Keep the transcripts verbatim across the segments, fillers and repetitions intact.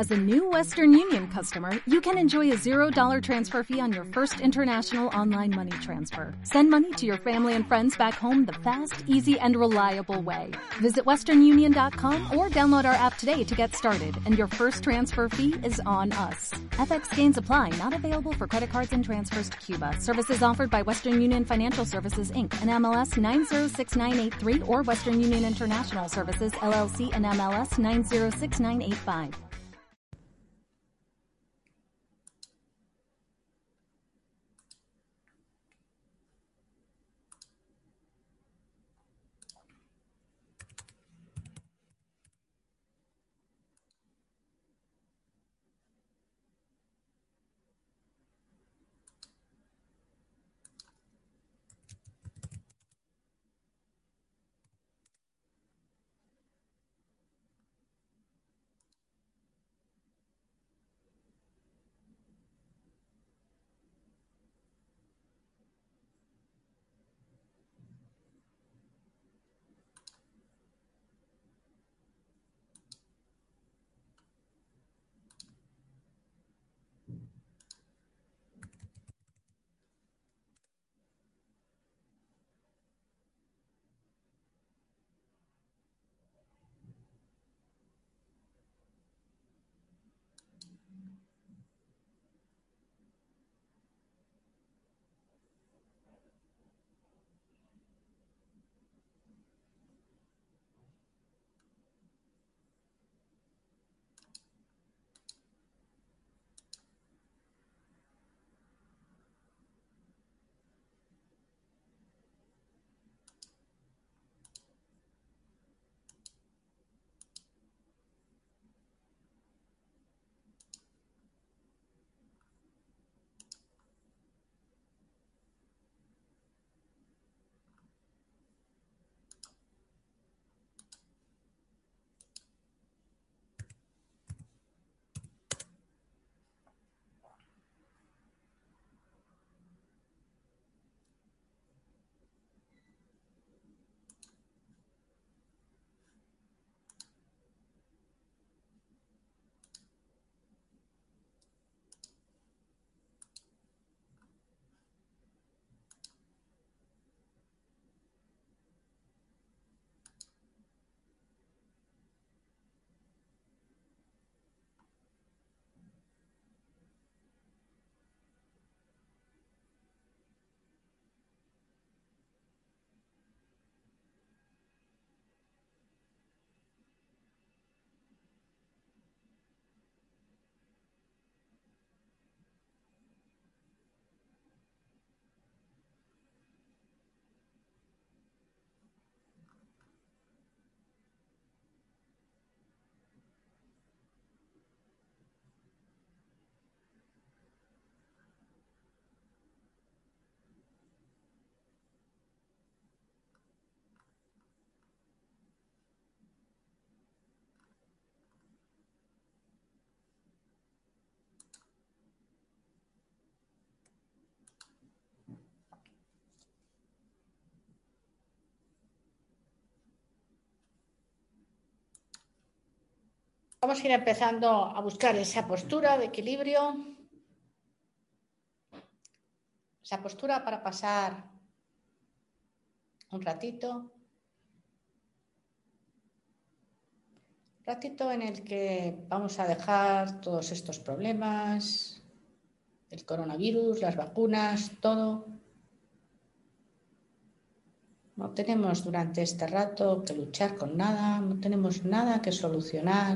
As a new Western Union customer, you can enjoy a zero dollar transfer fee on your first international online money transfer. Send money to your family and friends back home the fast, easy, and reliable way. Visit western union dot com or download our app today to get started, and your first transfer fee is on us. F X gains apply, not available for credit cards and transfers to Cuba. Services offered by Western Union Financial Services, Incorporated, and M L S nine zero six nine eight three or Western Union International Services, L L C, and M L S nine zero six nine eight five. Vamos a ir empezando a buscar esa postura de equilibrio, esa postura para pasar un ratito, un ratito en el que vamos a dejar todos estos problemas, el coronavirus, las vacunas, todo. No tenemos durante este rato que luchar con nada, no tenemos nada que solucionar.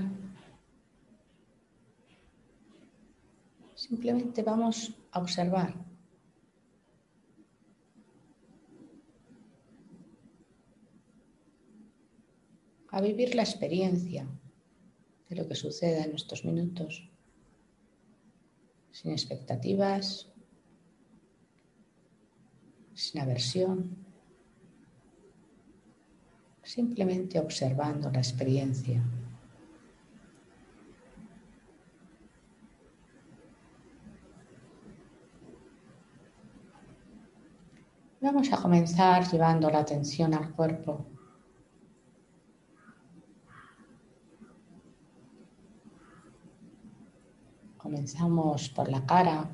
Simplemente vamos a observar. A vivir la experiencia de lo que suceda en estos minutos, sin expectativas, sin aversión, simplemente observando la experiencia. Vamos a comenzar llevando la atención al cuerpo. Comenzamos por la cara.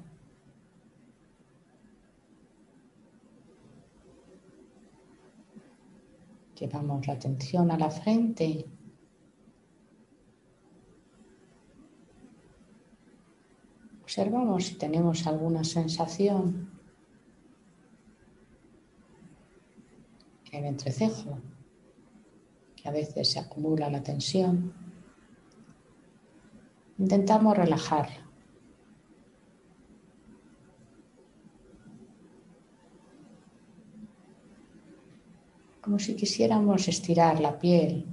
Llevamos la atención a la frente. Observamos si tenemos alguna sensación en el entrecejo, que a veces se acumula la tensión. Intentamos relajarla. Como si quisiéramos estirar la piel.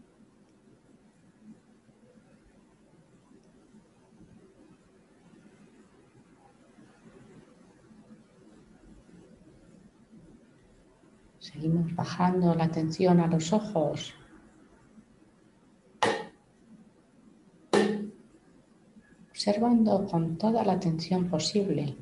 Seguimos bajando la atención a los ojos. Observando con toda la atención posible.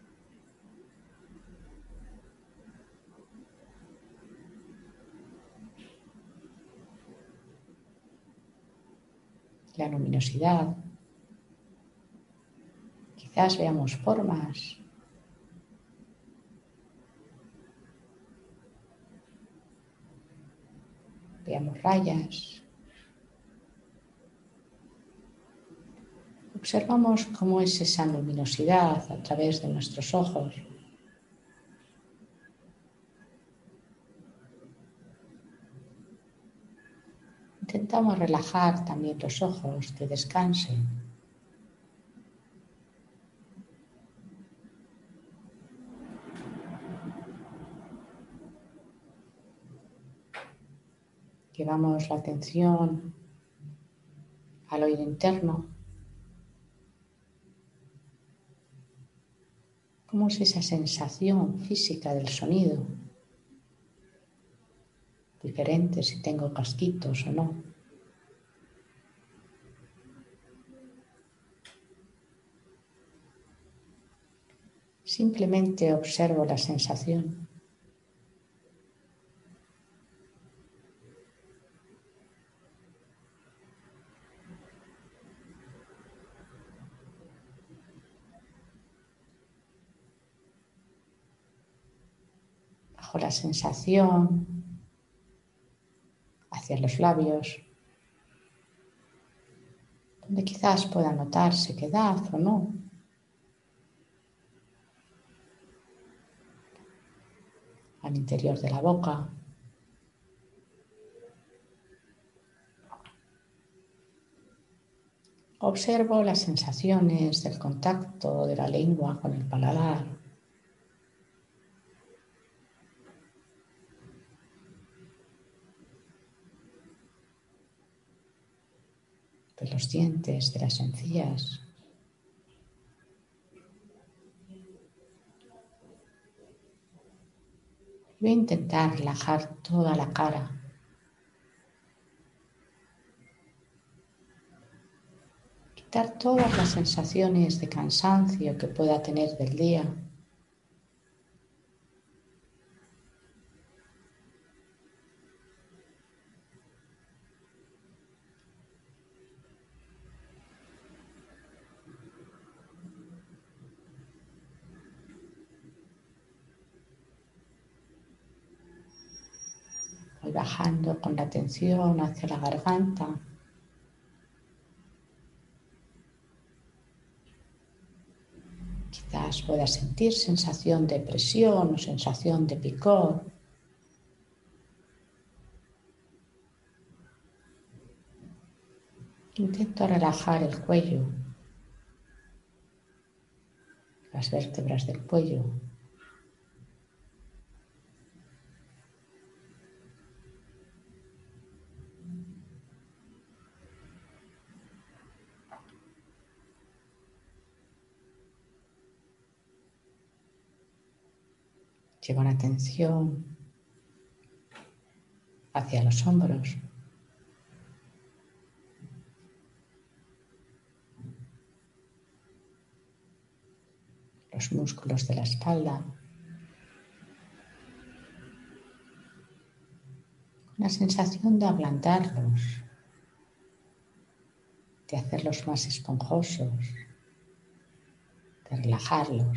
La luminosidad. Quizás veamos formas. Veamos rayas. Observamos cómo es esa luminosidad a través de nuestros ojos. Intentamos relajar también los ojos, que descansen. Llevamos la atención al oído interno. ¿Cómo es esa sensación física del sonido? Diferente si tengo casquitos o no. Simplemente observo la sensación. Bajo la sensación hacia los labios, donde quizás pueda notar sequedad o no. Al interior de la boca. Observo las sensaciones del contacto de la lengua con el paladar. De los dientes, de las encías. Voy a intentar relajar toda la cara. Quitar todas las sensaciones de cansancio que pueda tener del día. Voy bajando con la atención hacia la garganta. Quizás pueda sentir sensación de presión o sensación de picor. Intento relajar el cuello, las vértebras del cuello. Llevo la atención hacia los hombros. Los músculos de la espalda. Una sensación de ablandarlos, de hacerlos más esponjosos. de relajarlos.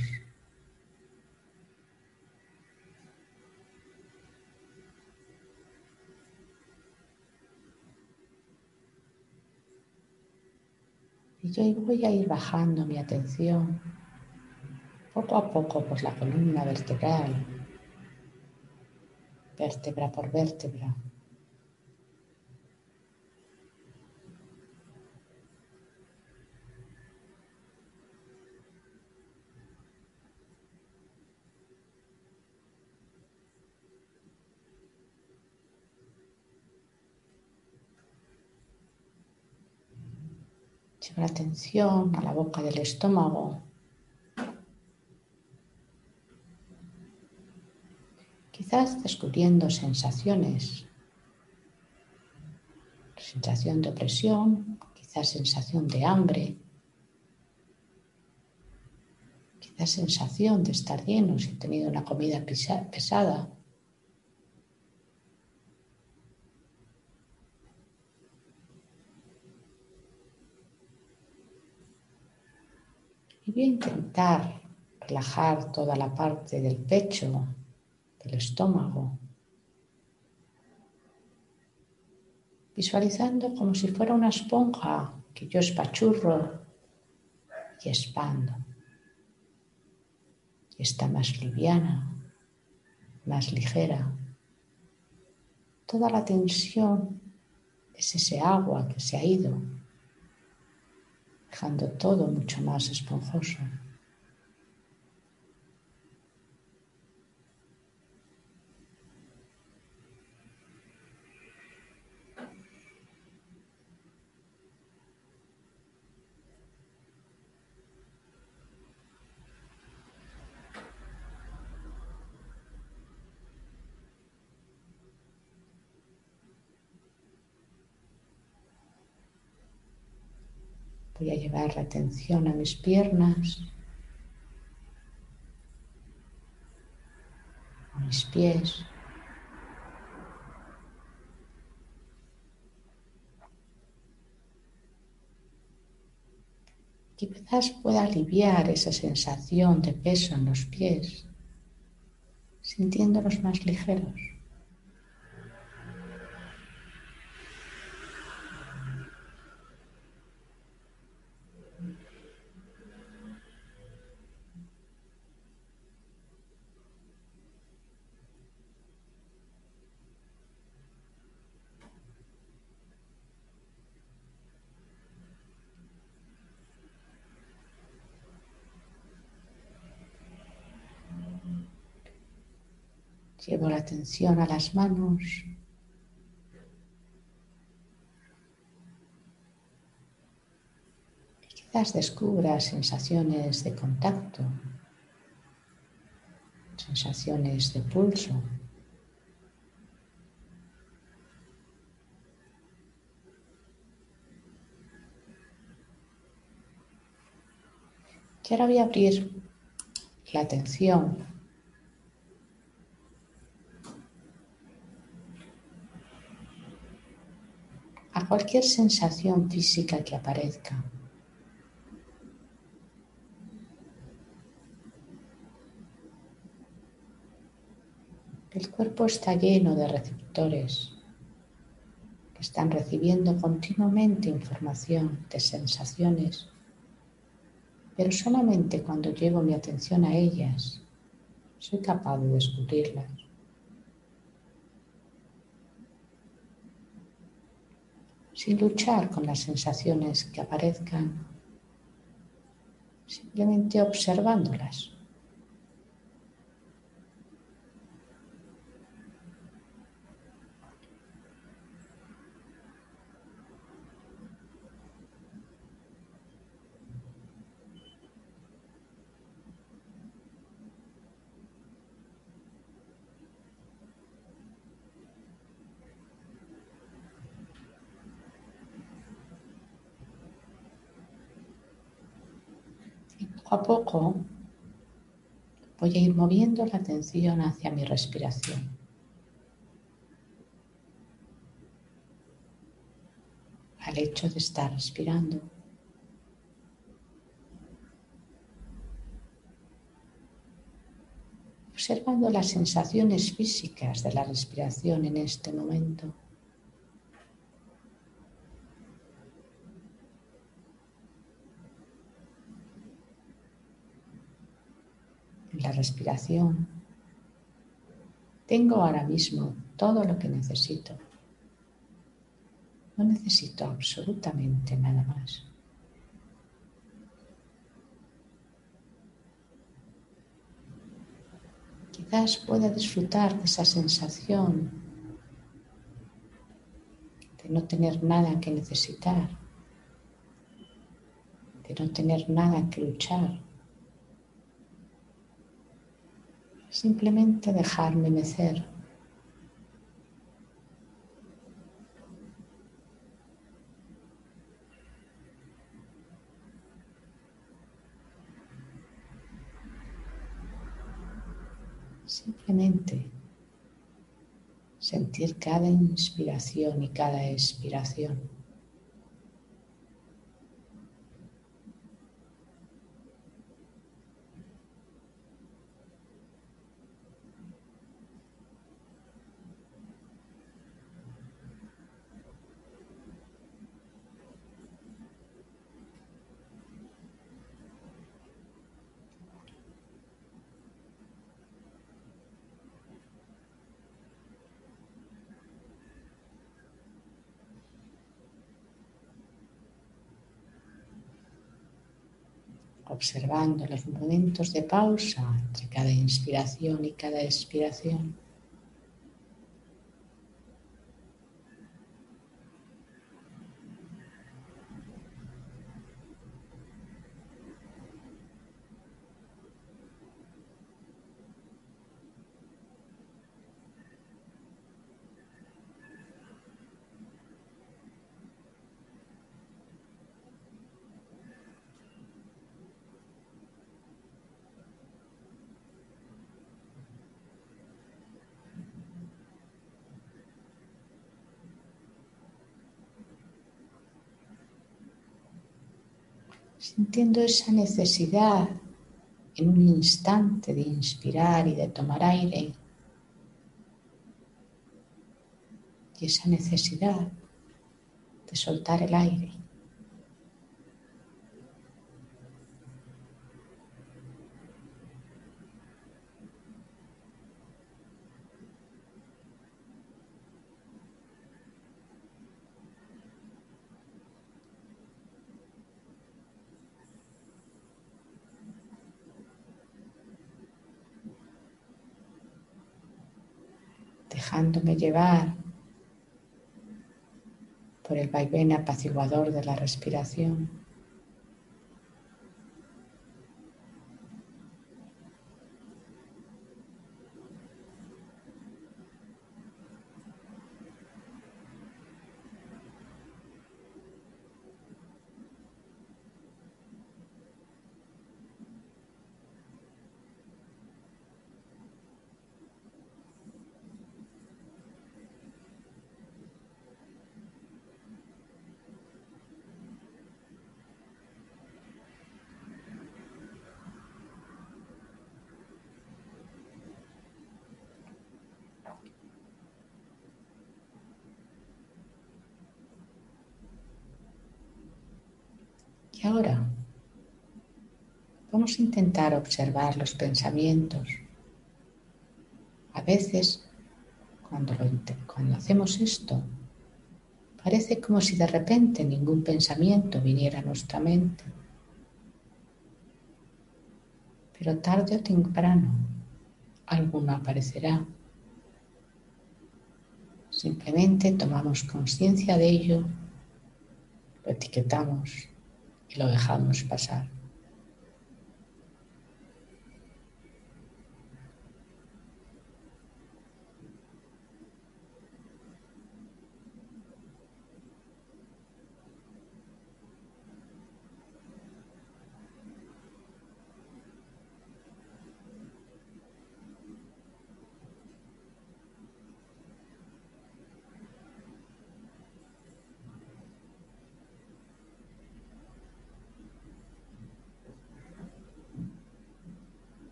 Y yo voy a ir bajando mi atención poco a poco por la columna vertebral, vértebra por vértebra. Llevo la atención a la boca del estómago. Quizás descubriendo sensaciones, sensación de opresión, quizás sensación de hambre, quizás sensación de estar lleno si he tenido una comida pesada. Y voy a intentar relajar toda la parte del pecho, del estómago, visualizando como si fuera una esponja que yo espachurro y expando. Y está más liviana, más ligera. Toda la tensión es ese agua que se ha ido, dejando todo mucho más esponjoso. Voy a llevar la atención a mis piernas, a mis pies. Quizás pueda aliviar esa sensación de peso en los pies, sintiéndolos más ligeros. Llevo la atención a las manos. Y quizás descubra sensaciones de contacto, sensaciones de pulso. Y ahora voy a abrir la atención a cualquier sensación física que aparezca. El cuerpo está lleno de receptores que están recibiendo continuamente información de sensaciones, pero solamente cuando llevo mi atención a ellas soy capaz de descubrirlas. Sin luchar con las sensaciones que aparezcan, simplemente observándolas. Poco a poco voy a ir moviendo la atención hacia mi respiración, al hecho de estar respirando. observando las sensaciones físicas de la respiración en este momento. En la respiración tengo ahora mismo todo lo que necesito. No necesito absolutamente nada más. Quizás pueda disfrutar de esa sensación de no tener nada que necesitar, de no tener nada que luchar. Simplemente dejarme mecer. Simplemente sentir cada inspiración y cada expiración. Observando los momentos de pausa entre cada inspiración y cada expiración. Sintiendo esa necesidad en un instante de inspirar y de tomar aire, y esa necesidad de soltar el aire. Dejándome llevar por el vaivén apaciguador de la respiración. Y ahora vamos a intentar observar los pensamientos. A veces, cuando, lo, cuando hacemos esto, parece como si de repente ningún pensamiento viniera a nuestra mente. Pero tarde o temprano, alguno aparecerá. Simplemente tomamos conciencia de ello, lo etiquetamos y lo dejamos pasar.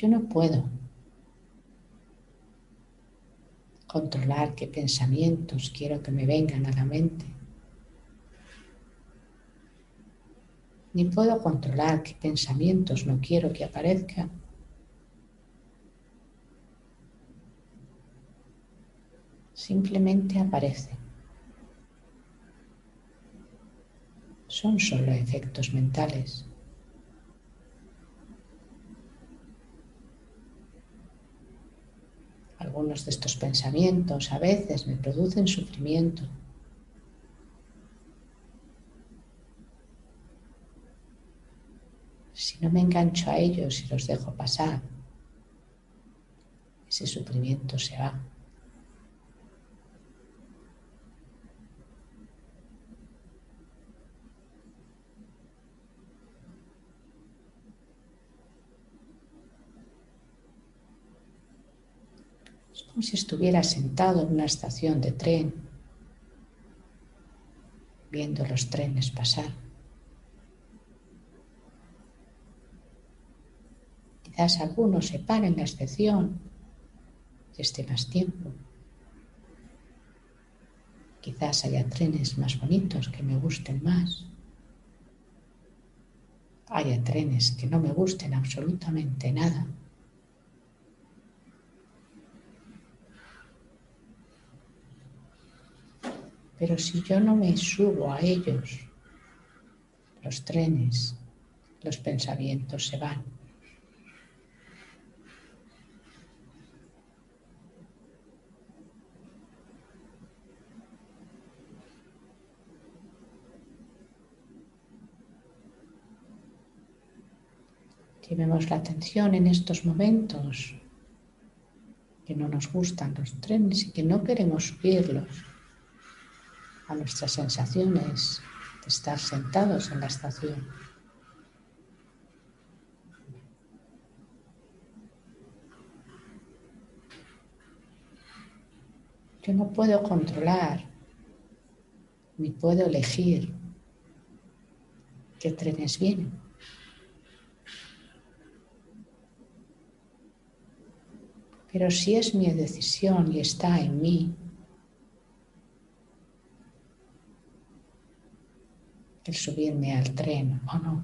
Yo no puedo controlar qué pensamientos quiero que me vengan a la mente. Ni puedo controlar qué pensamientos no quiero que aparezcan. Simplemente aparecen. Son solo efectos mentales. Algunos de estos pensamientos a veces me producen sufrimiento. Si no me engancho a ellos y los dejo pasar, ese sufrimiento se va. Es como si estuviera sentado en una estación de tren, viendo los trenes pasar. Quizás algunos se paren en la estación y esté más tiempo. Quizás haya trenes más bonitos que me gusten más. Haya trenes que no me gusten absolutamente nada. Pero si yo no me subo a ellos, los trenes, los pensamientos se van. Llevemos la atención en estos momentos que no nos gustan los trenes y que no queremos subirlos a nuestras sensaciones de estar sentados en la estación. Yo no puedo controlar ni puedo elegir qué trenes vienen. Pero si es mi decisión y está en mí, el subirme al tren o no.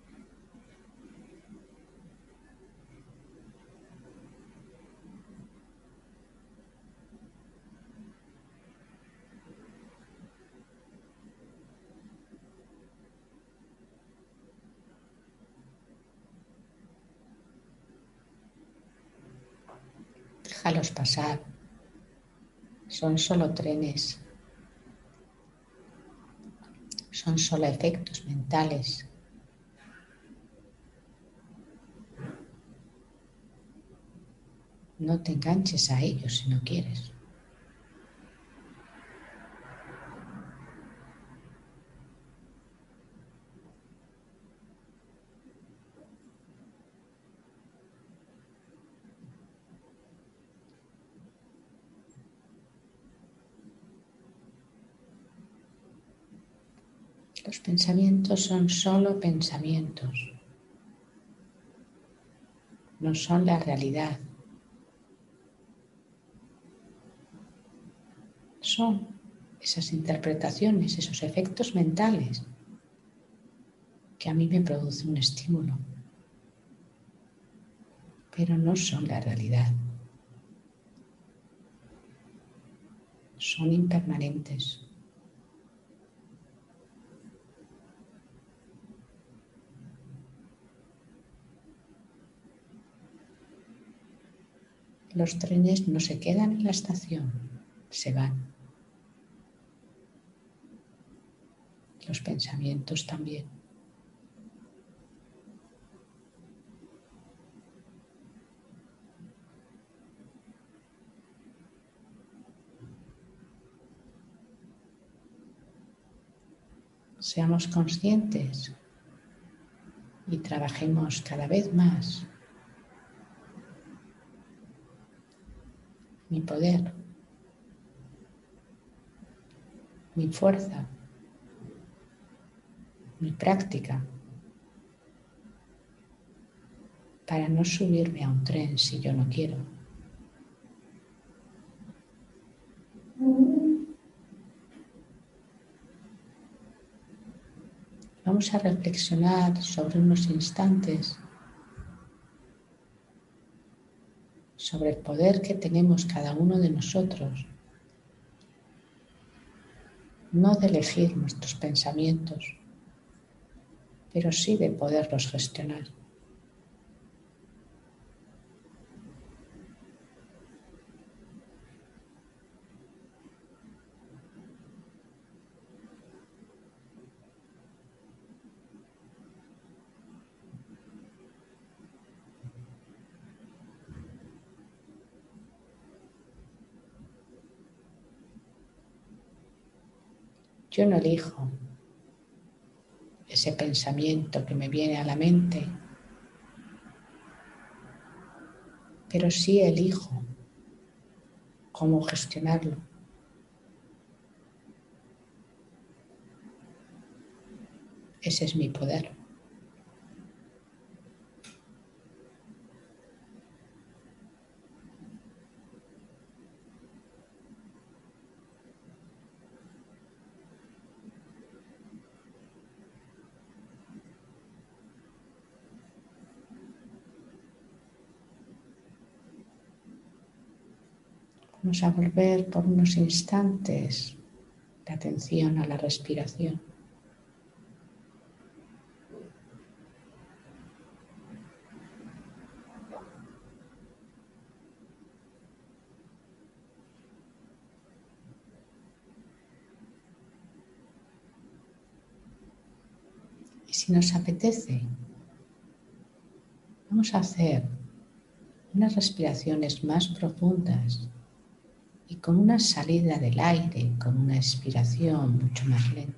Déjalos pasar. Son solo trenes. Son solo efectos mentales. No te enganches a ellos si no quieres. Los pensamientos son solo pensamientos. No son la realidad. Son esas interpretaciones, esos efectos mentales que a mí me producen un estímulo, pero no son la realidad. Son impermanentes. Los trenes no se quedan en la estación, se van. Los pensamientos también. Seamos conscientes y trabajemos cada vez más mi poder, mi fuerza, mi práctica para no subirme a un tren si yo no quiero. Vamos a reflexionar sobre unos instantes sobre el poder que tenemos cada uno de nosotros, no de elegir nuestros pensamientos, pero sí de poderlos gestionar. Yo no elijo ese pensamiento que me viene a la mente, pero sí elijo cómo gestionarlo. Ese es mi poder. Vamos a volver por unos instantes la atención a la respiración. Y si nos apetece, vamos a hacer unas respiraciones más profundas y con una salida del aire, con una expiración mucho más lenta.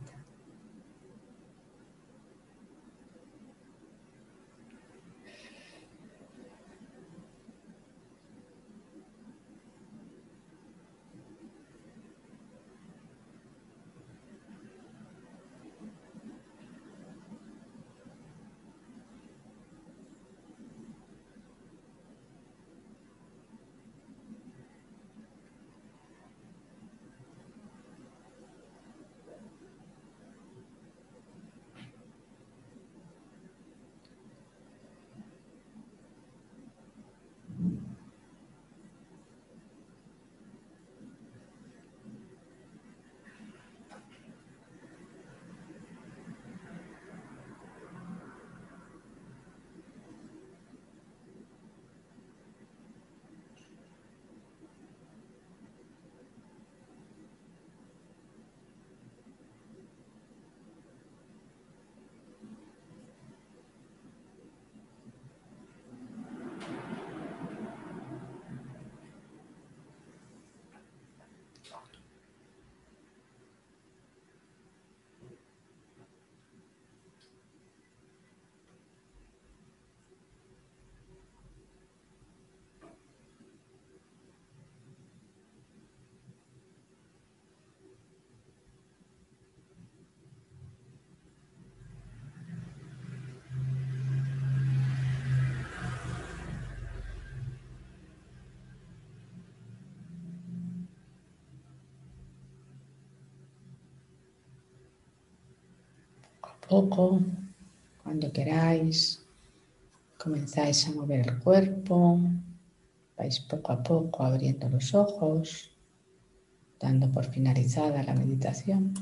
Poco, cuando queráis, comenzáis a mover el cuerpo, vais poco a poco abriendo los ojos, dando por finalizada la meditación.